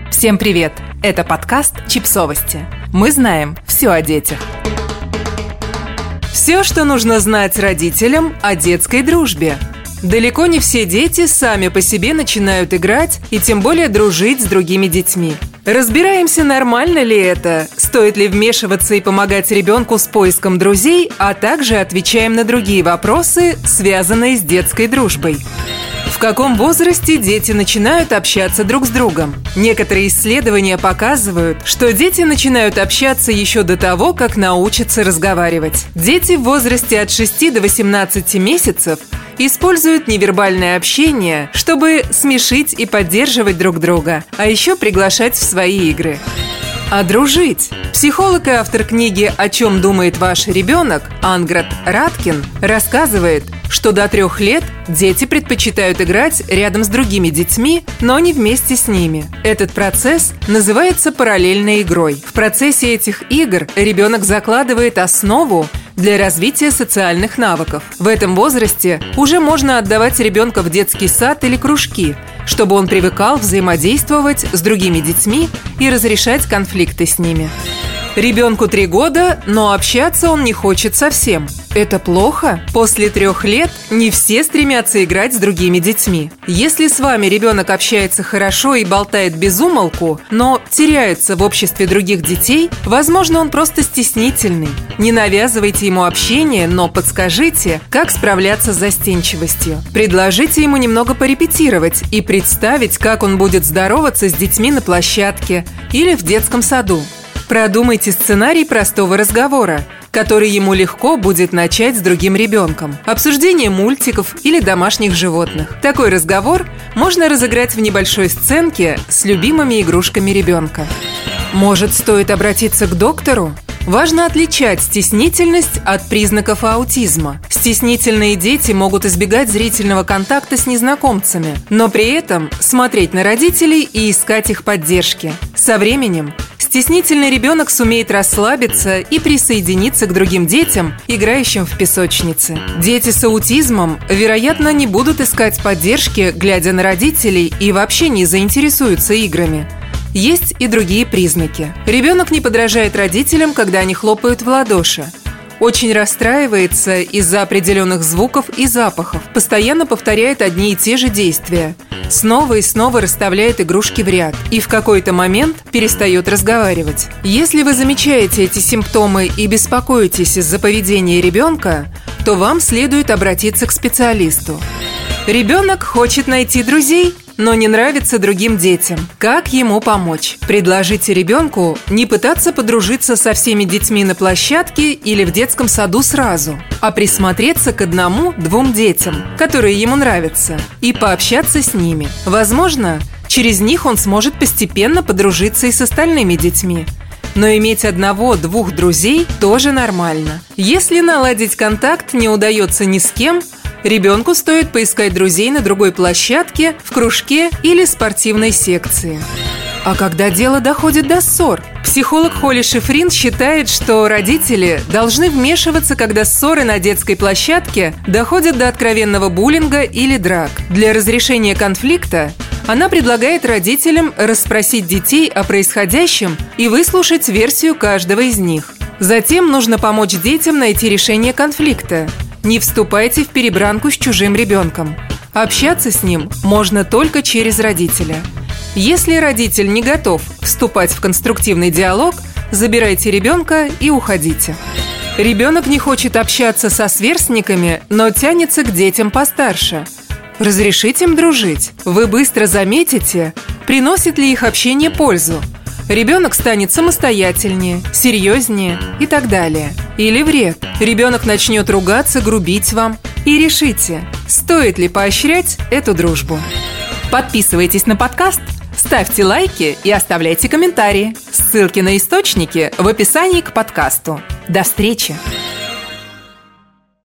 Всем привет! Это подкаст «Чипсовости». Мы знаем все о детях. Все, что нужно знать родителям о детской дружбе. Далеко не все дети сами по себе начинают играть и тем более дружить с другими детьми. Разбираемся, нормально ли это, стоит ли вмешиваться и помогать ребенку с поиском друзей, а также отвечаем на другие вопросы, связанные с детской дружбой. В каком возрасте дети начинают общаться друг с другом? Некоторые исследования показывают, что дети начинают общаться еще до того, как научатся разговаривать. Дети в возрасте от 6 до 18 месяцев используют невербальное общение, чтобы смешить и поддерживать друг друга, а еще приглашать в свои игры. А дружить? Психолог и автор книги «О чем думает ваш ребенок» Анград Радкин рассказывает, что до 3 лет дети предпочитают играть рядом с другими детьми, но не вместе с ними. Этот процесс называется параллельной игрой. В процессе этих игр ребенок закладывает основу для развития социальных навыков. В этом возрасте уже можно отдавать ребенка в детский сад или кружки, чтобы он привыкал взаимодействовать с другими детьми и разрешать конфликты с ними. Ребенку 3 года, но общаться он не хочет совсем. Это плохо? После 3 лет не все стремятся играть с другими детьми. Если с вами ребенок общается хорошо и болтает без умолку, но теряется в обществе других детей, возможно, он просто стеснительный. Не навязывайте ему общение, но подскажите, как справляться с застенчивостью. Предложите ему немного порепетировать и представить, как он будет здороваться с детьми на площадке или в детском саду. Продумайте сценарий простого разговора, который ему легко будет начать с другим ребенком. Обсуждение мультиков или домашних животных. Такой разговор можно разыграть в небольшой сценке с любимыми игрушками ребенка. Может, стоит обратиться к доктору? Важно отличать стеснительность от признаков аутизма. Стеснительные дети могут избегать зрительного контакта с незнакомцами, но при этом смотреть на родителей и искать их поддержки. Со временем стеснительный ребенок сумеет расслабиться и присоединиться к другим детям, играющим в песочнице. Дети с аутизмом, вероятно, не будут искать поддержки, глядя на родителей, и вообще не заинтересуются играми. Есть и другие признаки. Ребенок не подражает родителям, когда они хлопают в ладоши. Очень расстраивается из-за определенных звуков и запахов. Постоянно повторяет одни и те же действия. Снова и снова расставляет игрушки в ряд. И в какой-то момент перестает разговаривать. Если вы замечаете эти симптомы и беспокоитесь из-за поведения ребенка, то вам следует обратиться к специалисту. Ребенок хочет найти друзей, но не нравится другим детям. Как ему помочь? Предложите ребенку не пытаться подружиться со всеми детьми на площадке или в детском саду сразу, а присмотреться к 1-2 детям, которые ему нравятся, и пообщаться с ними. Возможно, через них он сможет постепенно подружиться и с остальными детьми. Но иметь 1-2 друзей тоже нормально. Если наладить контакт не удается ни с кем, ребенку стоит поискать друзей на другой площадке, в кружке или спортивной секции. А когда дело доходит до ссор? Психолог Холли Шифрин считает, что родители должны вмешиваться, когда ссоры на детской площадке доходят до откровенного буллинга или драк. Для разрешения конфликта она предлагает родителям расспросить детей о происходящем и выслушать версию каждого из них. Затем нужно помочь детям найти решение конфликта. Не вступайте в перебранку с чужим ребенком. Общаться с ним можно только через родителя. Если родитель не готов вступать в конструктивный диалог, забирайте ребенка и уходите. Ребенок не хочет общаться со сверстниками, но тянется к детям постарше. Разрешите им дружить. Вы быстро заметите, приносит ли их общение пользу. Ребенок станет самостоятельнее, серьезнее и так далее. Или вред. Ребенок начнет ругаться, грубить вам. И решите, стоит ли поощрять эту дружбу. Подписывайтесь на подкаст, ставьте лайки и оставляйте комментарии. Ссылки на источники в описании к подкасту. До встречи!